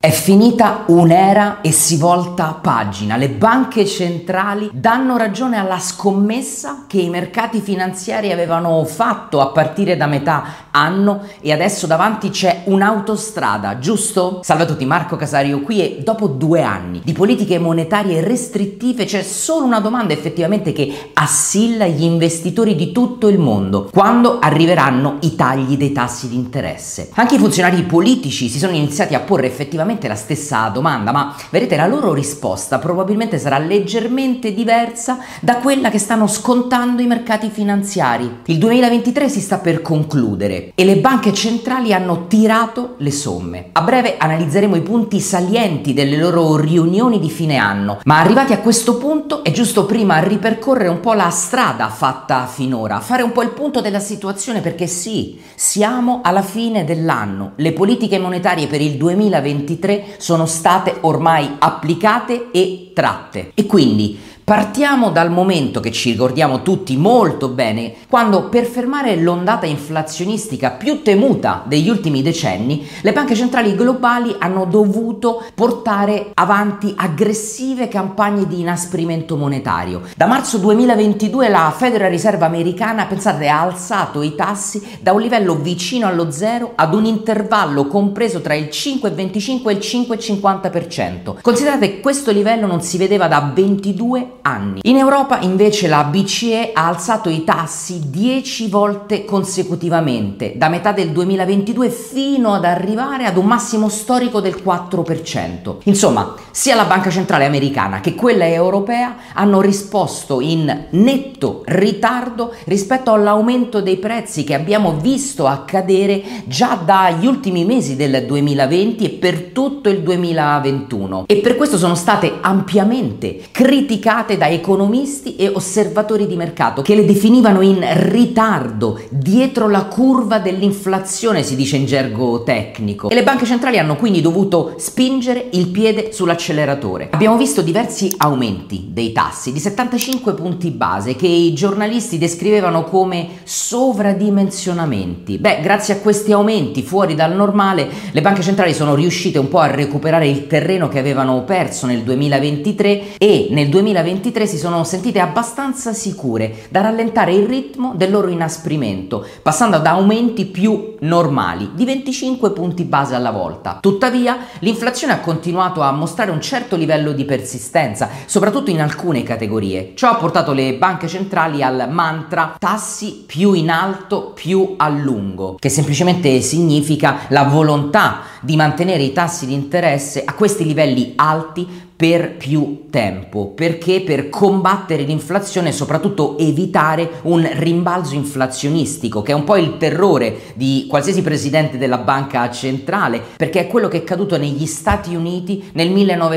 È finita un'era e si volta pagina. Le banche centrali danno ragione alla scommessa che i mercati finanziari avevano fatto a partire da metà anno e adesso davanti c'è un'autostrada, giusto? Salve a tutti, Marco Casario qui e dopo 2 anni di politiche monetarie restrittive c'è solo una domanda effettivamente che assilla gli investitori di tutto il mondo: quando arriveranno i tagli dei tassi di interesse? Anche i funzionari politici si sono iniziati a porre effettivamente la stessa domanda, ma vedete, la loro risposta probabilmente sarà leggermente diversa da quella che stanno scontando i mercati finanziari. Il 2023 si sta per concludere e le banche centrali hanno tirato le somme. A breve analizzeremo i punti salienti delle loro riunioni di fine anno, ma arrivati a questo punto è giusto prima ripercorrere un po' la strada fatta finora, fare un po' il punto della situazione, perché sì, siamo alla fine dell'anno, le politiche monetarie per il 2023 sono state ormai applicate e tratte. E quindi partiamo dal momento che ci ricordiamo tutti molto bene, quando per fermare l'ondata inflazionistica più temuta degli ultimi decenni, le banche centrali globali hanno dovuto portare avanti aggressive campagne di inasprimento monetario. Da marzo 2022 la Federal Reserve americana, pensate, ha alzato i tassi da un livello vicino allo zero ad un intervallo compreso tra il 5,25 e il 5,50%. Considerate che questo livello non si vedeva da 22 anni. In Europa invece la BCE ha alzato i tassi 10 volte consecutivamente, da metà del 2022 fino ad arrivare ad un massimo storico del 4%. Insomma, sia la Banca Centrale americana che quella europea hanno risposto in netto ritardo rispetto all'aumento dei prezzi che abbiamo visto accadere già dagli ultimi mesi del 2020 e per tutto il 2021. E per questo sono state ampiamente criticate da economisti e osservatori di mercato, che le definivano in ritardo, dietro la curva dell'inflazione, si dice in gergo tecnico. E le banche centrali hanno quindi dovuto spingere il piede sull'acceleratore. Abbiamo visto diversi aumenti dei tassi di 75 punti base che i giornalisti descrivevano come sovradimensionamenti. Grazie a questi aumenti fuori dal normale, le banche centrali sono riuscite un po' a recuperare il terreno che avevano perso nel 2023 e nel 2023 si sono sentite abbastanza sicure da rallentare il ritmo del loro inasprimento, passando ad aumenti più normali di 25 punti base alla volta. Tuttavia, l'inflazione ha continuato a mostrare un certo livello di persistenza, soprattutto in alcune categorie. Ciò ha portato le banche centrali al mantra tassi più in alto, più a lungo, che semplicemente significa la volontà di mantenere i tassi di interesse a questi livelli alti per più tempo, perché per combattere l'inflazione e soprattutto evitare un rimbalzo inflazionistico, che è un po' il terrore di qualsiasi presidente della banca centrale, perché è quello che è accaduto negli Stati Uniti nel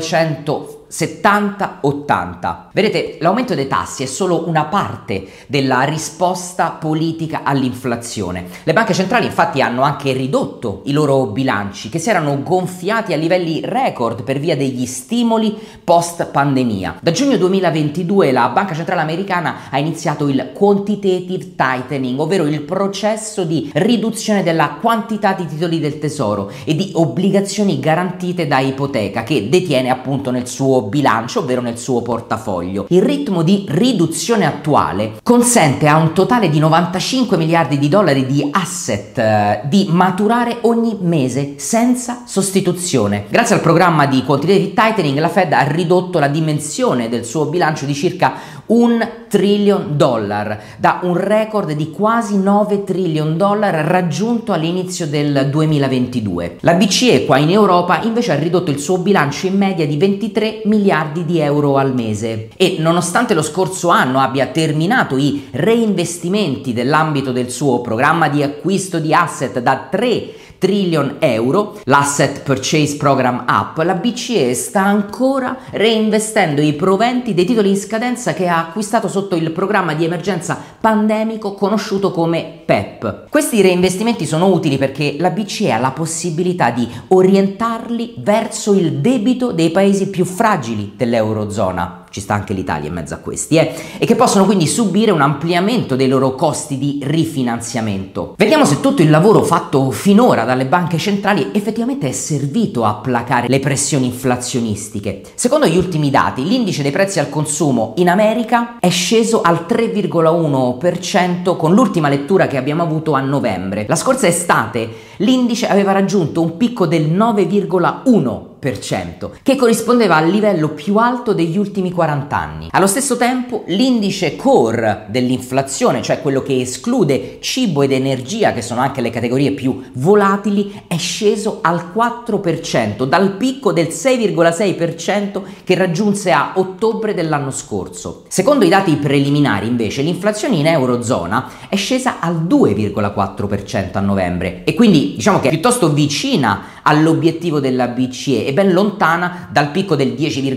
1970-80. Vedete, l'aumento dei tassi è solo una parte della risposta politica all'inflazione. Le banche centrali infatti hanno anche ridotto i loro bilanci, che si erano gonfiati a livelli record per via degli stimoli post pandemia. Da giugno 2022 la Banca Centrale Americana ha iniziato il quantitative tightening, ovvero il processo di riduzione della quantità di titoli del tesoro e di obbligazioni garantite da ipoteca che detiene appunto nel suo bilancio, ovvero nel suo portafoglio. Il ritmo di riduzione attuale consente a un totale di 95 miliardi di dollari di asset di maturare ogni mese senza sostituzione. Grazie al programma di quantitative tightening la Fed ha ridotto la dimensione del suo bilancio di circa $1 trillion, da un record di quasi $9 trillion raggiunto all'inizio del 2022. La BCE qua in Europa invece ha ridotto il suo bilancio in media di 23 miliardi di euro al mese e nonostante lo scorso anno abbia terminato i reinvestimenti dell'ambito del suo programma di acquisto di asset da 3 trillion euro, l'Asset Purchase Program App, la BCE sta ancora reinvestendo i proventi dei titoli in scadenza che ha acquistato sotto il programma di emergenza pandemico conosciuto come PEP. Questi reinvestimenti sono utili perché la BCE ha la possibilità di orientarli verso il debito dei paesi più fragili dell'Eurozona. ci sta anche l'Italia in mezzo a questi, e che possono quindi subire un ampliamento dei loro costi di rifinanziamento. Vediamo se tutto il lavoro fatto finora dalle banche centrali effettivamente è servito a placare le pressioni inflazionistiche. Secondo gli ultimi dati, l'indice dei prezzi al consumo in America è sceso al 3,1% con l'ultima lettura che abbiamo avuto a novembre. La scorsa estate l'indice aveva raggiunto un picco del 9,1%, che corrispondeva al livello più alto degli ultimi 40 anni. Allo stesso tempo, l'indice core dell'inflazione, cioè quello che esclude cibo ed energia, che sono anche le categorie più volatili, è sceso al 4%, dal picco del 6,6% che raggiunse a ottobre dell'anno scorso. Secondo i dati preliminari, invece, l'inflazione in Eurozona è scesa al 2,4% a novembre e quindi diciamo che è piuttosto vicina all'obiettivo della BCE e ben lontana dal picco del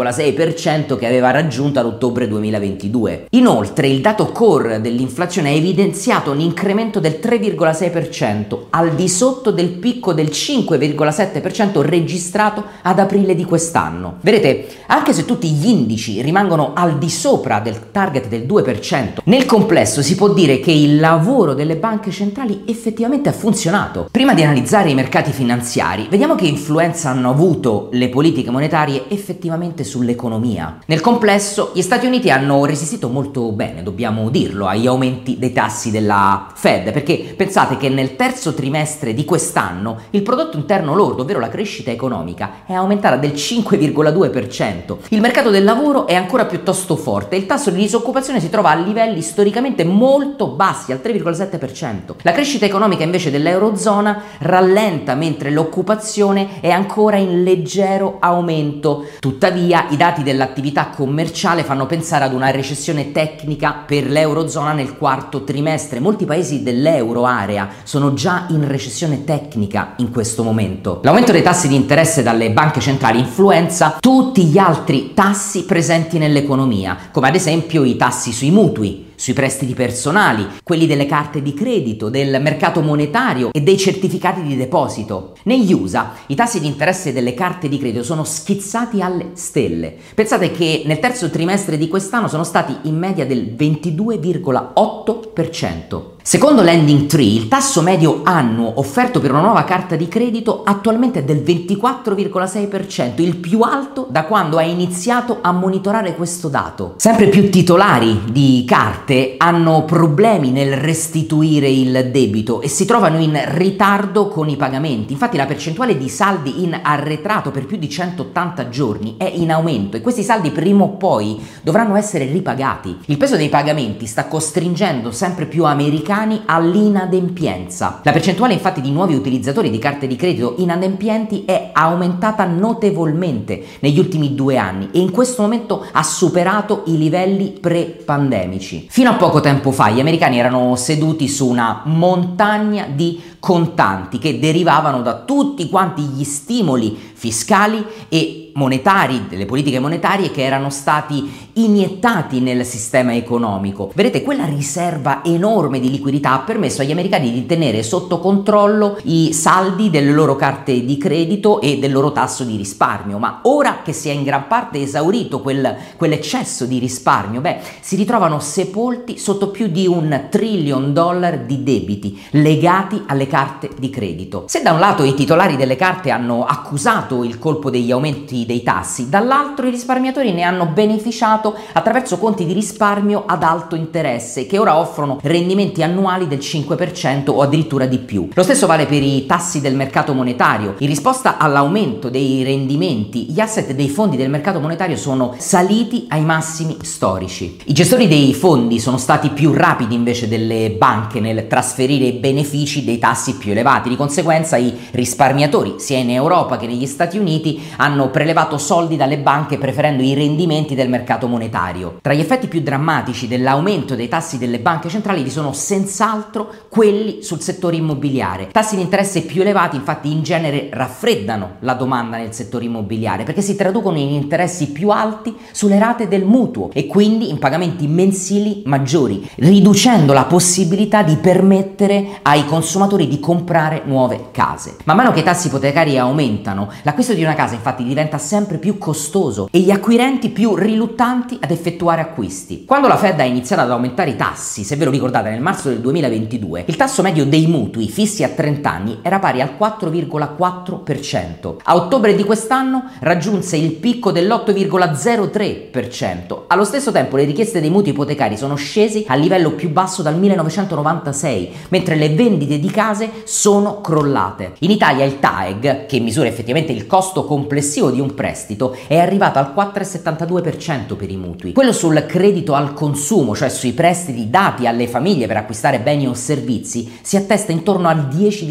10,6% che aveva raggiunto ad ottobre 2022. Inoltre, il dato core dell'inflazione ha evidenziato un incremento del 3,6%, al di sotto del picco del 5,7% registrato ad aprile di quest'anno. Vedete, anche se tutti gli indici rimangono al di sopra del target del 2%, nel complesso si può dire che il lavoro delle banche centrali effettivamente ha funzionato. Prima di analizzare i mercati finanziari, vediamo che influenza hanno avuto le politiche monetarie effettivamente sull'economia. Nel complesso, gli Stati Uniti hanno resistito molto bene, dobbiamo dirlo, agli aumenti dei tassi della Fed, perché pensate che nel terzo trimestre di quest'anno il prodotto interno lordo, ovvero la crescita economica, è aumentata del 5,2%. Il mercato del lavoro è ancora piuttosto forte e il tasso di disoccupazione si trova a livelli storicamente molto bassi, al 3,7%. La crescita economica invece dell'Eurozona rallenta mentre l'occupazione è ancora in leggero aumento. Tuttavia, i dati dell'attività commerciale fanno pensare ad una recessione tecnica per l'Eurozona nel quarto trimestre. Molti paesi dell'euro area sono già in recessione tecnica in questo momento. L'aumento dei tassi di interesse dalle banche centrali influenza tutti gli altri tassi presenti nell'economia, come ad esempio i tassi sui mutui, sui prestiti personali, quelli delle carte di credito, del mercato monetario e dei certificati di deposito. Negli USA i tassi di interesse delle carte di credito sono schizzati alle stelle. Pensate che nel terzo trimestre di quest'anno sono stati in media del 22,8%. Secondo Lending Tree, il tasso medio annuo offerto per una nuova carta di credito attualmente è del 24,6%, il più alto da quando ha iniziato a monitorare questo dato. Sempre più titolari di carte hanno problemi nel restituire il debito e si trovano in ritardo con i pagamenti. Infatti la percentuale di saldi in arretrato per più di 180 giorni è in aumento e questi saldi prima o poi dovranno essere ripagati. Il peso dei pagamenti sta costringendo sempre più americani all'inadempienza. La percentuale infatti di nuovi utilizzatori di carte di credito inadempienti è aumentata notevolmente negli ultimi 2 anni e in questo momento ha superato i livelli pre-pandemici. Fino a poco tempo fa gli americani erano seduti su una montagna di contanti che derivavano da tutti quanti gli stimoli fiscali e monetari, delle politiche monetarie che erano stati iniettati nel sistema economico. Vedete, quella riserva enorme di liquidità ha permesso agli americani di tenere sotto controllo i saldi delle loro carte di credito e del loro tasso di risparmio, ma ora che si è in gran parte esaurito quell'eccesso di risparmio, si ritrovano sepolti sotto più di $1 trillion di debiti legati alle carte di credito. Se da un lato i titolari delle carte hanno accusato il colpo degli aumenti dei tassi, dall'altro i risparmiatori ne hanno beneficiato attraverso conti di risparmio ad alto interesse che ora offrono rendimenti annuali del 5% o addirittura di più. Lo stesso vale per i tassi del mercato monetario. In risposta all'aumento dei rendimenti, gli asset dei fondi del mercato monetario sono saliti ai massimi storici. I gestori dei fondi sono stati più rapidi invece delle banche nel trasferire i benefici dei tassi più elevati. Di conseguenza i risparmiatori, sia in Europa che negli Stati Uniti, hanno prelevato soldi dalle banche preferendo i rendimenti del mercato monetario. Tra gli effetti più drammatici dell'aumento dei tassi delle banche centrali vi sono senz'altro quelli sul settore immobiliare. Tassi di interesse più elevati infatti in genere raffreddano la domanda nel settore immobiliare perché si traducono in interessi più alti sulle rate del mutuo e quindi in pagamenti mensili maggiori, riducendo la possibilità di permettere ai consumatori di comprare nuove case. Man mano che i tassi ipotecari aumentano, l'acquisto di una casa infatti diventa sempre più costoso e gli acquirenti più riluttanti ad effettuare acquisti. Quando la Fed ha iniziato ad aumentare i tassi, se ve lo ricordate nel marzo del 2022, il tasso medio dei mutui fissi a 30 anni era pari al 4,4%. A ottobre di quest'anno raggiunse il picco dell'8,03%. Allo stesso tempo le richieste dei mutui ipotecari sono scesi al livello più basso dal 1996, mentre le vendite di case sono crollate. In Italia il TAEG, che misura effettivamente il costo complessivo di un prestito, è arrivato al 4,72% per i mutui. Quello sul credito al consumo, cioè sui prestiti dati alle famiglie per acquistare beni o servizi, si attesta intorno al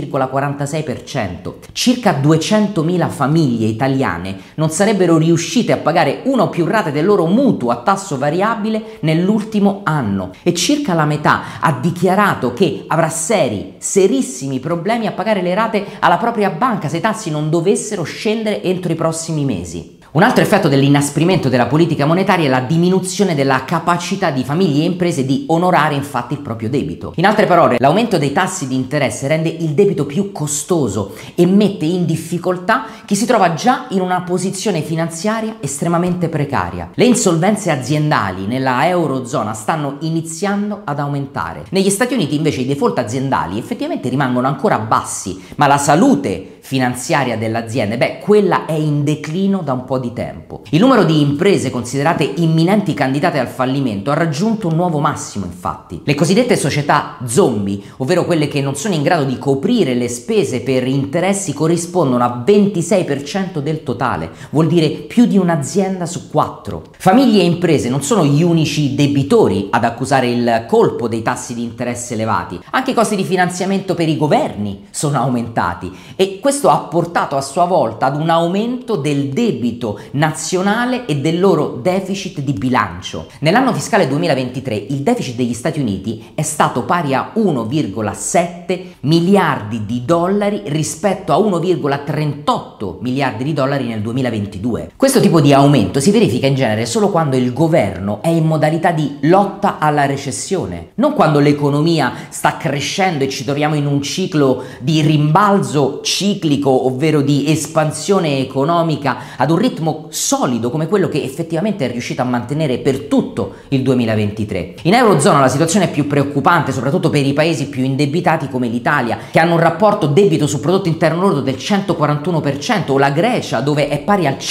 10,46%. Circa 200.000 famiglie italiane non sarebbero riuscite a pagare una o più rate del loro mutuo a tasso variabile nell'ultimo anno e circa la metà ha dichiarato che avrà serissimi problemi a pagare le rate alla propria banca se i tassi non dovessero scendere entro i prossimi mesi. Un altro effetto dell'inasprimento della politica monetaria è la diminuzione della capacità di famiglie e imprese di onorare infatti il proprio debito. In altre parole, l'aumento dei tassi di interesse rende il debito più costoso e mette in difficoltà chi si trova già in una posizione finanziaria estremamente precaria. Le insolvenze aziendali nella Eurozona stanno iniziando ad aumentare. Negli Stati Uniti invece i default aziendali effettivamente rimangono ancora bassi, ma la salute finanziaria delle aziende, quella è in declino da un po' di tempo. Il numero di imprese considerate imminenti candidate al fallimento ha raggiunto un nuovo massimo, infatti. Le cosiddette società zombie, ovvero quelle che non sono in grado di coprire le spese per interessi, corrispondono a 26% del totale, vuol dire più di un'azienda su 4. Famiglie e imprese non sono gli unici debitori ad accusare il colpo dei tassi di interesse elevati, anche i costi di finanziamento per i governi sono aumentati e questo ha portato a sua volta ad un aumento del debito nazionale e del loro deficit di bilancio. Nell'anno fiscale 2023 il deficit degli Stati Uniti è stato pari a 1,7 miliardi di dollari rispetto a 1,38 miliardi di dollari nel 2022. Questo tipo di aumento si verifica in genere solo quando il governo è in modalità di lotta alla recessione, non quando l'economia sta crescendo e ci troviamo in un ciclo di rimbalzo ciclico, ovvero di espansione economica ad un ritmo solido come quello che effettivamente è riuscito a mantenere per tutto il 2023. In Eurozona la situazione è più preoccupante, soprattutto per i paesi più indebitati come l'Italia, che hanno un rapporto debito su prodotto interno lordo del 141%, o la Grecia, dove è pari al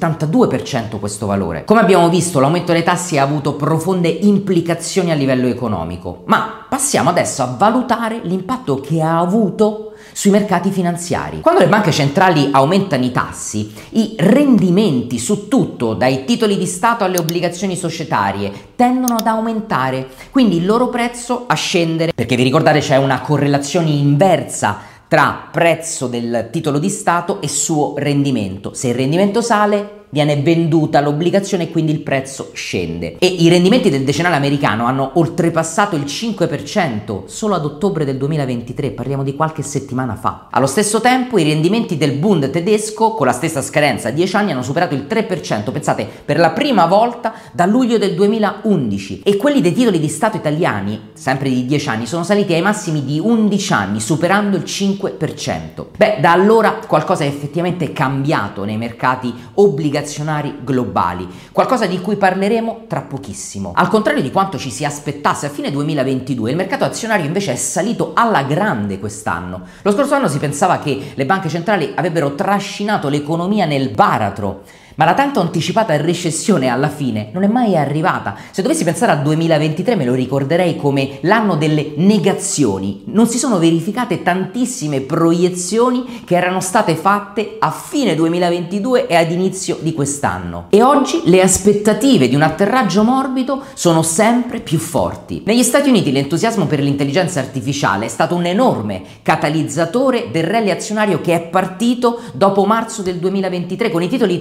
172% questo valore. Come abbiamo visto, l'aumento dei tassi ha avuto profonde implicazioni a livello economico, ma passiamo adesso a valutare l'impatto che ha avuto sui mercati finanziari. Quando le banche centrali aumentano i tassi, i rendimenti su tutto, dai titoli di Stato alle obbligazioni societarie, tendono ad aumentare, quindi il loro prezzo a scendere, perché vi ricordate c'è una correlazione inversa tra prezzo del titolo di Stato e suo rendimento. Se il rendimento sale, viene venduta l'obbligazione e quindi il prezzo scende. E i rendimenti del decennale americano hanno oltrepassato il 5% solo ad ottobre del 2023, parliamo di qualche settimana fa. Allo stesso tempo i rendimenti del Bund tedesco, con la stessa scadenza 10 anni, hanno superato il 3%, pensate, per la prima volta da luglio del 2011, e quelli dei titoli di Stato italiani, sempre di 10 anni, sono saliti ai massimi di 11 anni, superando il 5%. Da allora qualcosa è effettivamente cambiato nei mercati obbligazionari globali, qualcosa di cui parleremo tra pochissimo. Al contrario di quanto ci si aspettasse a fine 2022, il mercato azionario invece è salito alla grande quest'anno. Lo scorso anno si pensava che le banche centrali avrebbero trascinato l'economia nel baratro, ma la tanto anticipata recessione alla fine non è mai arrivata. Se dovessi pensare al 2023 me lo ricorderei come l'anno delle negazioni. Non si sono verificate tantissime proiezioni che erano state fatte a fine 2022 e ad inizio di quest'anno. E oggi le aspettative di un atterraggio morbido sono sempre più forti. Negli Stati Uniti l'entusiasmo per l'intelligenza artificiale è stato un enorme catalizzatore del rally azionario che è partito dopo marzo del 2023 con i titoli tecnologici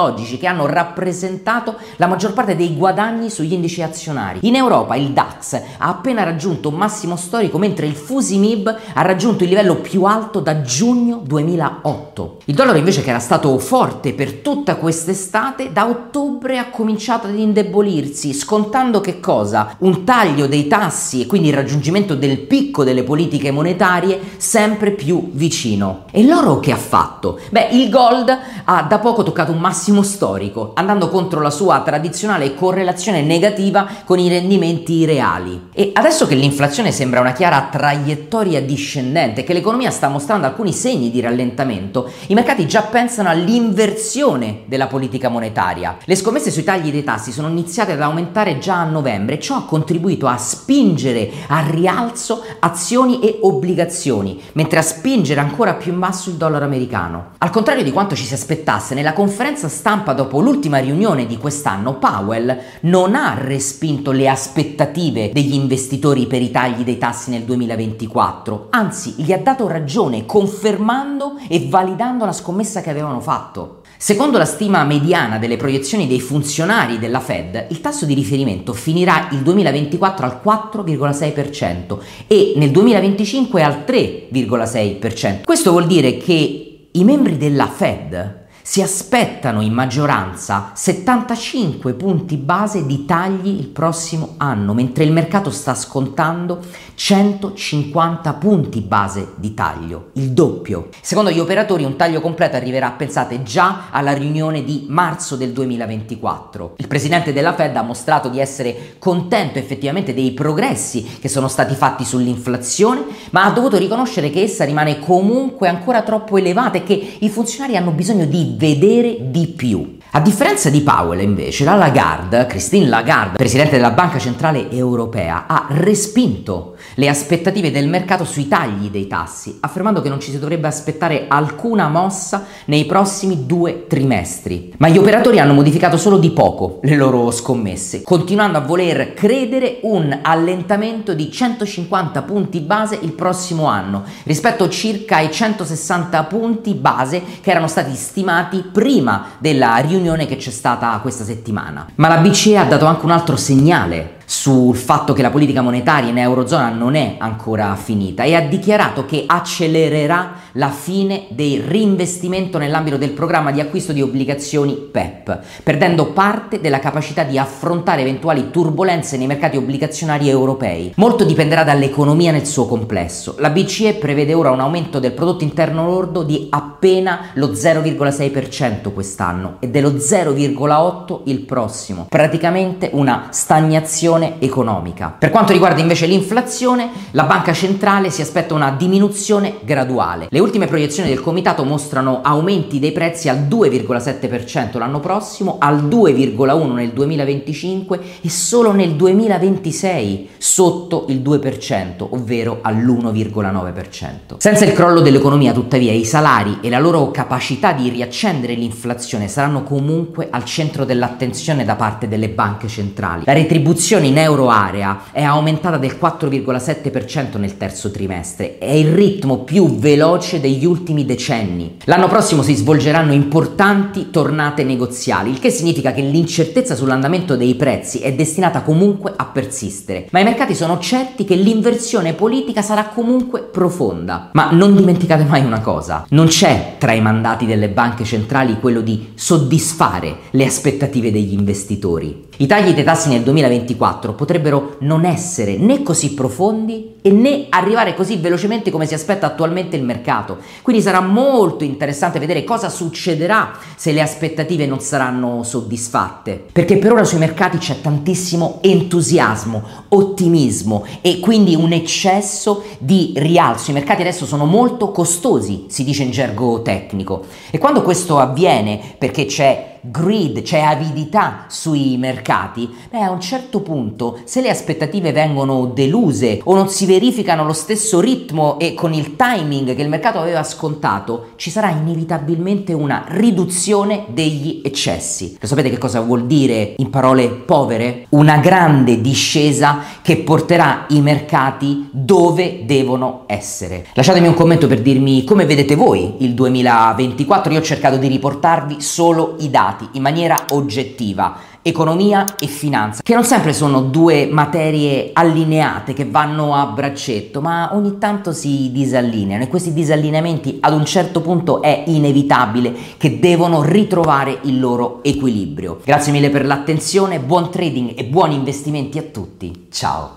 tecnologici che hanno rappresentato la maggior parte dei guadagni sugli indici azionari. In Europa il DAX ha appena raggiunto un massimo storico, mentre il FTSE/MIB ha raggiunto il livello più alto da giugno 2008. Il dollaro invece, che era stato forte per tutta quest'estate, da ottobre ha cominciato ad indebolirsi, scontando che cosa? Un taglio dei tassi e quindi il raggiungimento del picco delle politiche monetarie sempre più vicino. E l'oro che ha fatto? Beh, il gold ha da poco toccato un massimo storico, andando contro la sua tradizionale correlazione negativa con i rendimenti reali. E adesso che l'inflazione sembra una chiara traiettoria discendente, che l'economia sta mostrando alcuni segni di rallentamento, i mercati già pensano all'inversione della politica monetaria. Le scommesse sui tagli dei tassi sono iniziate ad aumentare già a novembre e ciò ha contribuito a spingere al rialzo azioni e obbligazioni, mentre a spingere ancora più in basso il dollaro americano. Al contrario di quanto ci si aspettasse, nella conferenza stampa dopo l'ultima riunione di quest'anno, Powell non ha respinto le aspettative degli investitori per i tagli dei tassi nel 2024, anzi gli ha dato ragione, confermando e validando la scommessa che avevano fatto. Secondo la stima mediana delle proiezioni dei funzionari della Fed, il tasso di riferimento finirà il 2024 al 4,6% e nel 2025 al 3,6%. Questo vuol dire che i membri della Fed si aspettano in maggioranza 75 punti base di tagli il prossimo anno, mentre il mercato sta scontando 150 punti base di taglio, il doppio. Secondo gli operatori un taglio completo arriverà, pensate, già alla riunione di marzo del 2024. Il presidente della Fed ha mostrato di essere contento effettivamente dei progressi che sono stati fatti sull'inflazione, ma ha dovuto riconoscere che essa rimane comunque ancora troppo elevata e che i funzionari hanno bisogno di vedere di più. A differenza di Powell, invece, la Lagarde, Christine Lagarde, presidente della Banca Centrale Europea, ha respinto le aspettative del mercato sui tagli dei tassi, affermando che non ci si dovrebbe aspettare alcuna mossa nei prossimi 2 trimestri. Ma gli operatori hanno modificato solo di poco le loro scommesse, continuando a voler credere un allentamento di 150 punti base il prossimo anno, rispetto circa ai 160 punti base che erano stati stimati prima della riunione che c'è stata questa settimana. Ma la BCE ha dato anche un altro segnale sul fatto che la politica monetaria in Eurozona non è ancora finita e ha dichiarato che accelererà la fine del reinvestimento nell'ambito del programma di acquisto di obbligazioni PEPP, perdendo parte della capacità di affrontare eventuali turbolenze nei mercati obbligazionari europei. Molto dipenderà dall'economia nel suo complesso. La BCE prevede ora un aumento del prodotto interno lordo di appena lo 0,6% quest'anno e dello 0,8% il prossimo, praticamente una stagnazione economica. Per quanto riguarda invece l'inflazione, la banca centrale si aspetta una diminuzione graduale. Le ultime proiezioni del comitato mostrano aumenti dei prezzi al 2,7% l'anno prossimo, al 2,1% nel 2025 e solo nel 2026 sotto il 2%, ovvero all'1,9%. Senza il crollo dell'economia, tuttavia, i salari e la loro capacità di riaccendere l'inflazione saranno comunque al centro dell'attenzione da parte delle banche centrali. La retribuzione in euroarea è aumentata del 4,7% nel terzo trimestre, è il ritmo più veloce degli ultimi decenni. L'anno prossimo si svolgeranno importanti tornate negoziali, il che significa che l'incertezza sull'andamento dei prezzi è destinata comunque a persistere, ma i mercati sono certi che l'inversione politica sarà comunque profonda. Ma non dimenticate mai una cosa: non c'è tra i mandati delle banche centrali quello di soddisfare le aspettative degli investitori. I tagli dei tassi nel 2024 potrebbero non essere né così profondi e né arrivare così velocemente come si aspetta attualmente il mercato. Quindi sarà molto interessante vedere cosa succederà se le aspettative non saranno soddisfatte, perché per ora sui mercati c'è tantissimo entusiasmo, ottimismo e quindi un eccesso di rialzo. I mercati adesso sono molto costosi, si dice in gergo tecnico, e quando questo avviene perché c'è greed, c'è avidità sui mercati, a un certo punto, se le aspettative vengono deluse o non si verificano lo stesso ritmo e con il timing che il mercato aveva scontato, ci sarà inevitabilmente una riduzione degli eccessi. Lo sapete che cosa vuol dire in parole povere? Una grande discesa che porterà i mercati dove devono essere. Lasciatemi un commento per dirmi come vedete voi il 2024. Io ho cercato di riportarvi solo i dati dati in maniera oggettiva, economia e finanza, che non sempre sono due materie allineate che vanno a braccetto, ma ogni tanto si disallineano e questi disallineamenti ad un certo punto è inevitabile che devono ritrovare il loro equilibrio. Grazie mille per l'attenzione, buon trading e buoni investimenti a tutti, ciao!